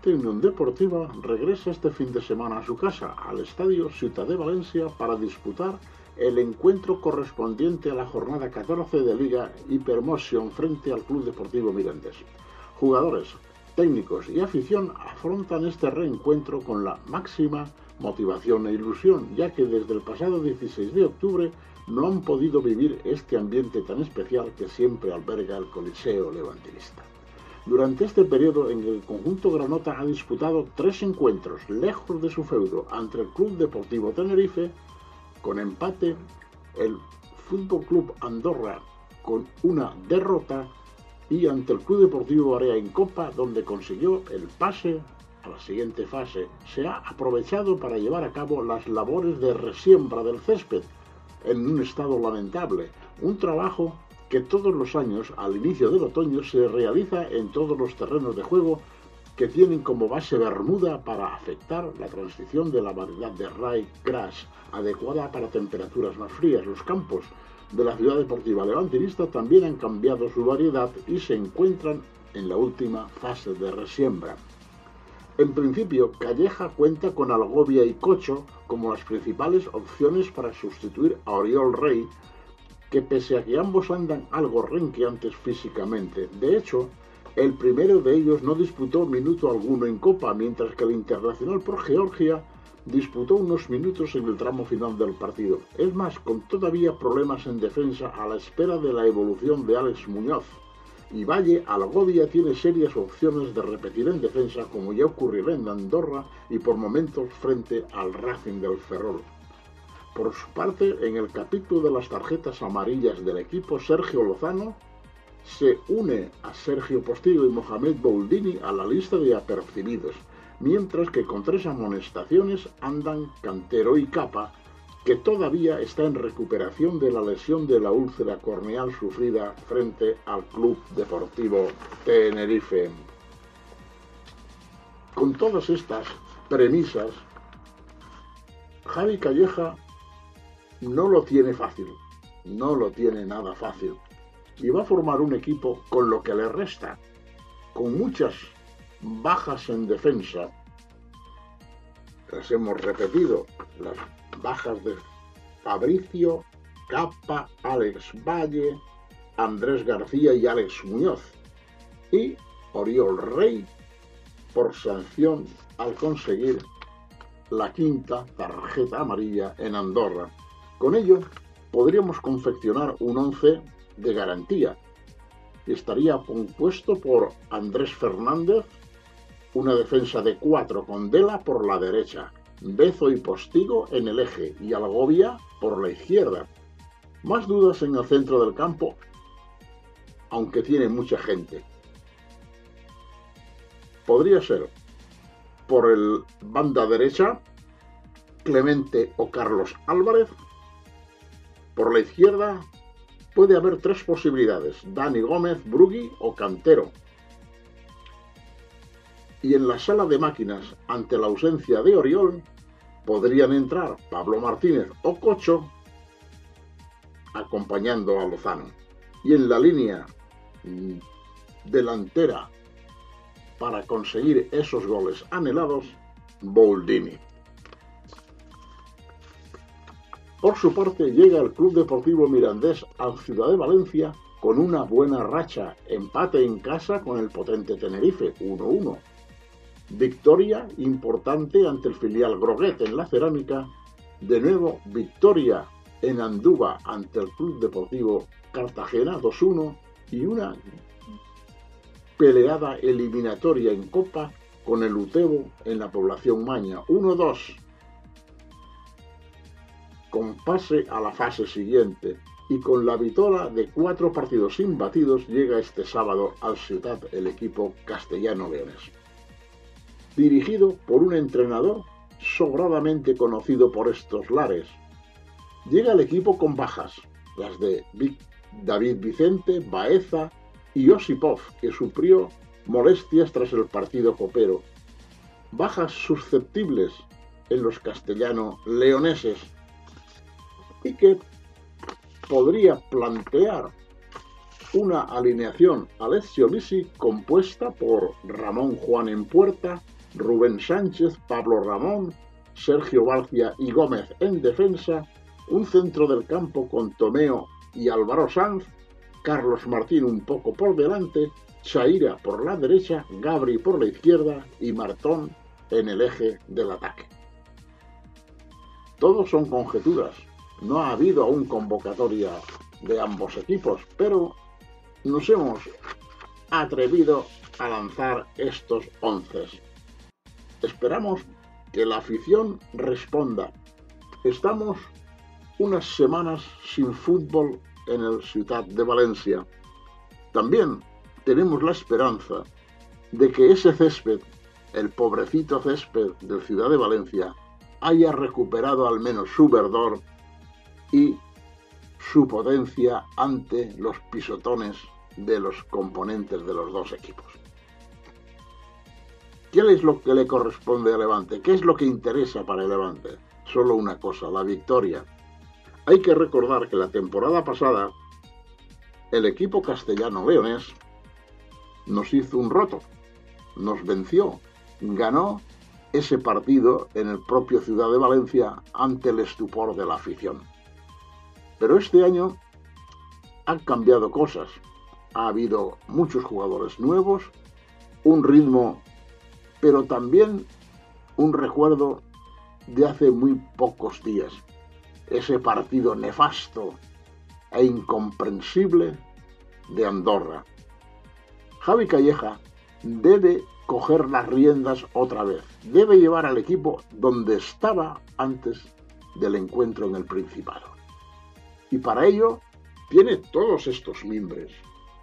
flamante Unión Deportiva regresa este fin de semana a su casa, al Estadio Ciutat de Valencia, para disputar el encuentro correspondiente a la jornada 14 de Liga Hypermotion frente al Club Deportivo Mirandés. Jugadores, técnicos y afición afrontan este reencuentro con la máxima motivación e ilusión, ya que desde el pasado 16 de octubre no han podido vivir este ambiente tan especial que siempre alberga el Coliseo Levantinista. Durante este periodo, en el conjunto granota ha disputado 3 encuentros, lejos de su feudo, ante el Club Deportivo Tenerife, con empate, el Fútbol Club Andorra con una derrota y ante el Club Deportivo Barea en Copa, donde consiguió el pase a la siguiente fase. Se ha aprovechado para llevar a cabo las labores de resiembra del césped en un estado lamentable, un trabajo que todos los años, al inicio del otoño, se realiza en todos los terrenos de juego que tienen como base bermuda para afectar la transición de la variedad de rye grass, adecuada para temperaturas más frías. Los campos de la ciudad deportiva levantinista también han cambiado su variedad y se encuentran en la última fase de resiembra. En principio, Calleja cuenta con Algovia y Cocho como las principales opciones para sustituir a Oriol Rey, que pese a que ambos andan algo renqueantes físicamente. De hecho, el primero de ellos no disputó minuto alguno en Copa, mientras que el internacional por Georgia disputó unos minutos en el tramo final del partido. Es más, con todavía problemas en defensa a la espera de la evolución de Alex Muñoz. Y Valle Algovia tiene serias opciones de repetir en defensa, como ya ocurrirá en Andorra y por momentos frente al Racing del Ferrol. Por su parte, en el capítulo de las tarjetas amarillas del equipo, Sergio Lozano se une a Sergio Postigo y Mohamed Bouldini a la lista de apercibidos, mientras que con 3 amonestaciones andan Cantero y Capa, que todavía está en recuperación de la lesión de la úlcera corneal sufrida frente al Club Deportivo Tenerife. Con todas estas premisas, Javi Calleja no lo tiene fácil, no lo tiene nada fácil, y va a formar un equipo con lo que le resta, con muchas bajas en defensa. Las hemos repetido, las bajas de Fabricio, Capa, Alex Valle, Andrés García y Alex Muñoz, y Oriol Rey por sanción al conseguir la 5ª tarjeta amarilla en Andorra. Con ello podríamos confeccionar un 11 de garantía. Estaría compuesto por Andrés Fernández, una defensa de 4 con Dela por la derecha, Bezo y Postigo en el eje y Algovia por la izquierda. Más dudas en el centro del campo, aunque tiene mucha gente. Podría ser por el banda derecha Clemente o Carlos Álvarez. Por la izquierda puede haber 3 posibilidades: Dani Gómez, Brugui o Cantero. Y en la sala de máquinas, ante la ausencia de Oriol, podrían entrar Pablo Martínez o Cocho acompañando a Lozano. Y en la línea delantera, para conseguir esos goles anhelados, Bouldini. Por su parte, llega el Club Deportivo Mirandés a Ciudad de Valencia con una buena racha, empate en casa con el potente Tenerife, 1-1. Victoria importante ante el filial Groguet en la Cerámica, de nuevo victoria en Andúba ante el Club Deportivo Cartagena, 2-1, y una peleada eliminatoria en Copa con el Utebo en la población Maña, 1-2. Con pase a la fase siguiente y con la vitola de 4 partidos imbatidos, llega este sábado al Ciutat el equipo castellano-leonés. Dirigido por un entrenador sobradamente conocido por estos lares. Llega el equipo con bajas, las de David Vicente, Baeza y Osipov, que sufrió molestias tras el partido copero. Bajas susceptibles en los castellano-leoneses y que podría plantear una alineación Alessio Lisi compuesta por Ramón Juan en puerta, Rubén Sánchez, Pablo Ramón, Sergio Barcia y Gómez en defensa, un centro del campo con Tomeo y Álvaro Sanz, Carlos Martín un poco por delante, Chaira por la derecha, Gabri por la izquierda y Martón en el eje del ataque. Todos son conjeturas, no ha habido aún convocatoria de ambos equipos, pero nos hemos atrevido a lanzar estos 11. Esperamos que la afición responda. Estamos unas semanas sin fútbol en el Ciutat de Valencia. También tenemos la esperanza de que ese césped, el pobrecito césped del Ciudad de Valencia, haya recuperado al menos su verdor y su potencia ante los pisotones de los componentes de los dos equipos. ¿Qué es lo que le corresponde al Levante? ¿Qué es lo que interesa para el Levante? Solo una cosa, la victoria. Hay que recordar que la temporada pasada el equipo castellano-leonés nos hizo un roto, nos venció, ganó ese partido en el propio Ciudad de Valencia ante el estupor de la afición. Pero este año han cambiado cosas. Ha habido muchos jugadores nuevos, un ritmo, pero también un recuerdo de hace muy pocos días. Ese partido nefasto e incomprensible de Andorra. Javi Calleja debe coger las riendas otra vez. Debe llevar al equipo donde estaba antes del encuentro en el Principado. Y para ello tiene todos estos mimbres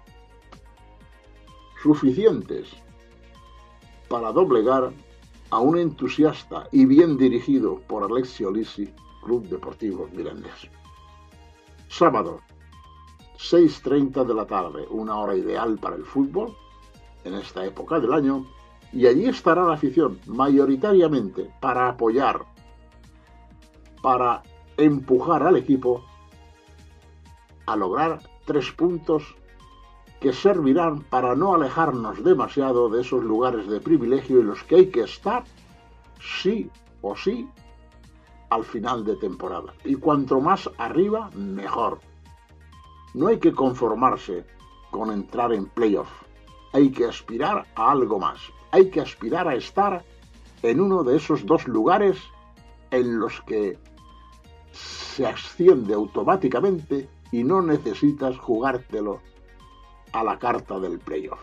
suficientes para doblegar a un entusiasta y bien dirigido por Alessio Lisi Club Deportivo Mirandés. Sábado, 6:30 de la tarde, una hora ideal para el fútbol en esta época del año, y allí estará la afición mayoritariamente para apoyar, para empujar al equipo a lograr 3 puntos que servirán para no alejarnos demasiado de esos lugares de privilegio en los que hay que estar sí o sí al final de temporada. Y cuanto más arriba, mejor. No hay que conformarse con entrar en playoff. Hay que aspirar a algo más. Hay que aspirar a estar en uno de esos 2 lugares en los que se asciende automáticamente y no necesitas jugártelo a la carta del playoff.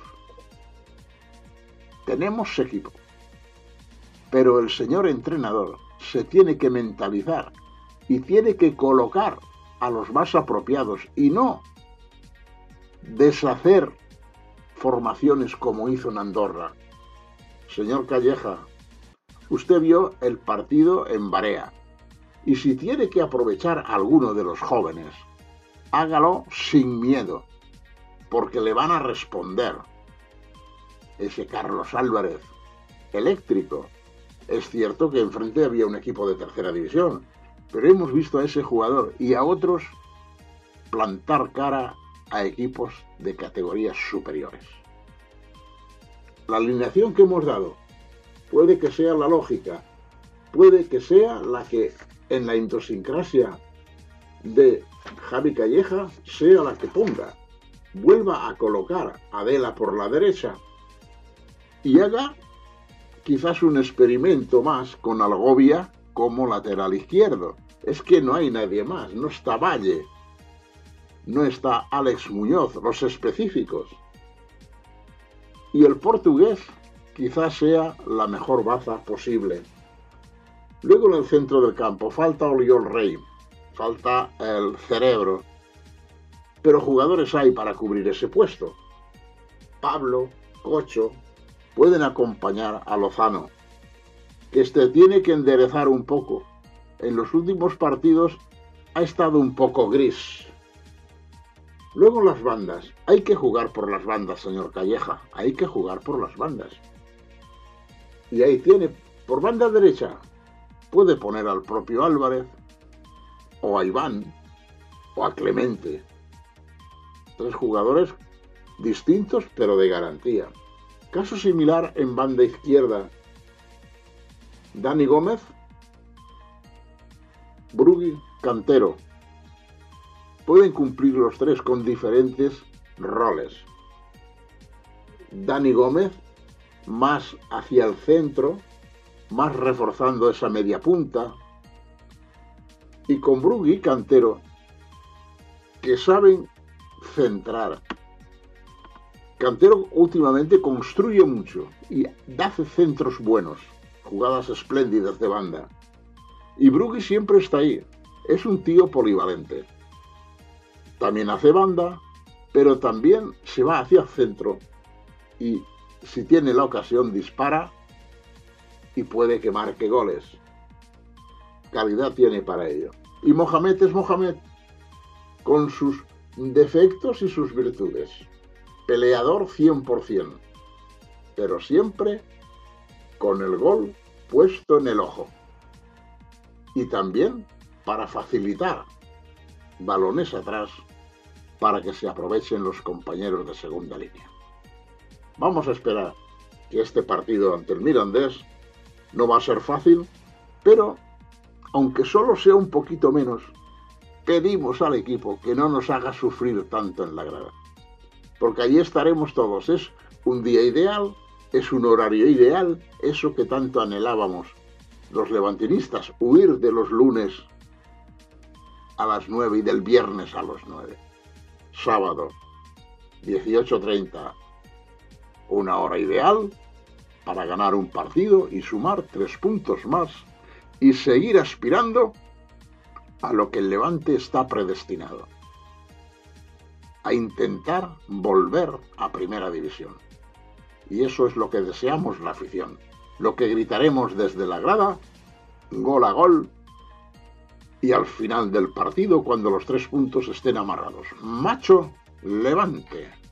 Tenemos equipo, pero el señor entrenador se tiene que mentalizar y tiene que colocar a los más apropiados y no deshacer formaciones como hizo en Andorra. Señor Calleja, usted vio el partido en Barea y si tiene que aprovechar a alguno de los jóvenes, hágalo sin miedo, porque le van a responder. Ese Carlos Álvarez, eléctrico. Es cierto que enfrente había un equipo de tercera división, pero hemos visto a ese jugador y a otros plantar cara a equipos de categorías superiores. La alineación que hemos dado puede que sea la lógica, puede que sea la que en la idiosincrasia de Javi Calleja sea la que ponga. Vuelva a colocar a Vela por la derecha y haga quizás un experimento más con Algovia como lateral izquierdo. Es que no hay nadie más, no está Valle, no está Alex Muñoz, los específicos. Y el portugués quizás sea la mejor baza posible. Luego en el centro del campo falta Oriol Rey, falta el cerebro, pero jugadores hay para cubrir ese puesto. Pablo, Cocho, pueden acompañar a Lozano, que tiene que enderezar un poco. En los últimos partidos ha estado un poco gris. Luego las bandas. Hay que jugar por las bandas, señor Calleja. Hay que jugar por las bandas. Y ahí tiene, por banda derecha, puede poner al propio Álvarez, o a Iván, o a Clemente. Tres jugadores distintos pero de garantía. Caso similar en banda izquierda. Dani Gómez, Brugui, Cantero. Pueden cumplir los tres con diferentes roles. Dani Gómez más hacia el centro, más reforzando esa media punta. Y con Brugui y Cantero, que saben centrar. Cantero últimamente construye mucho y hace centros buenos, jugadas espléndidas de banda. Y Brugui siempre está ahí, es un tío polivalente. También hace banda, pero también se va hacia el centro y si tiene la ocasión dispara y puede que marque goles. Calidad tiene para ello. Y Mohamed es Mohamed, con sus defectos y sus virtudes. Peleador 100%, pero siempre con el gol puesto en el ojo. Y también para facilitar balones atrás para que se aprovechen los compañeros de segunda línea. Vamos a esperar que este partido ante el Mirandés no va a ser fácil, pero aunque solo sea un poquito menos, pedimos al equipo que no nos haga sufrir tanto en la grada. Porque allí estaremos todos. Es un día ideal, es un horario ideal, eso que tanto anhelábamos los levantinistas, huir de los lunes a las 9 y del viernes a las 9. Sábado, 18:30, una hora ideal para ganar un partido y sumar 3 puntos más y seguir aspirando a lo que el Levante está predestinado, a intentar volver a Primera División. Y eso es lo que deseamos la afición, lo que gritaremos desde la grada, gol a gol, y al final del partido cuando los 3 puntos estén amarrados. Macho, Levante.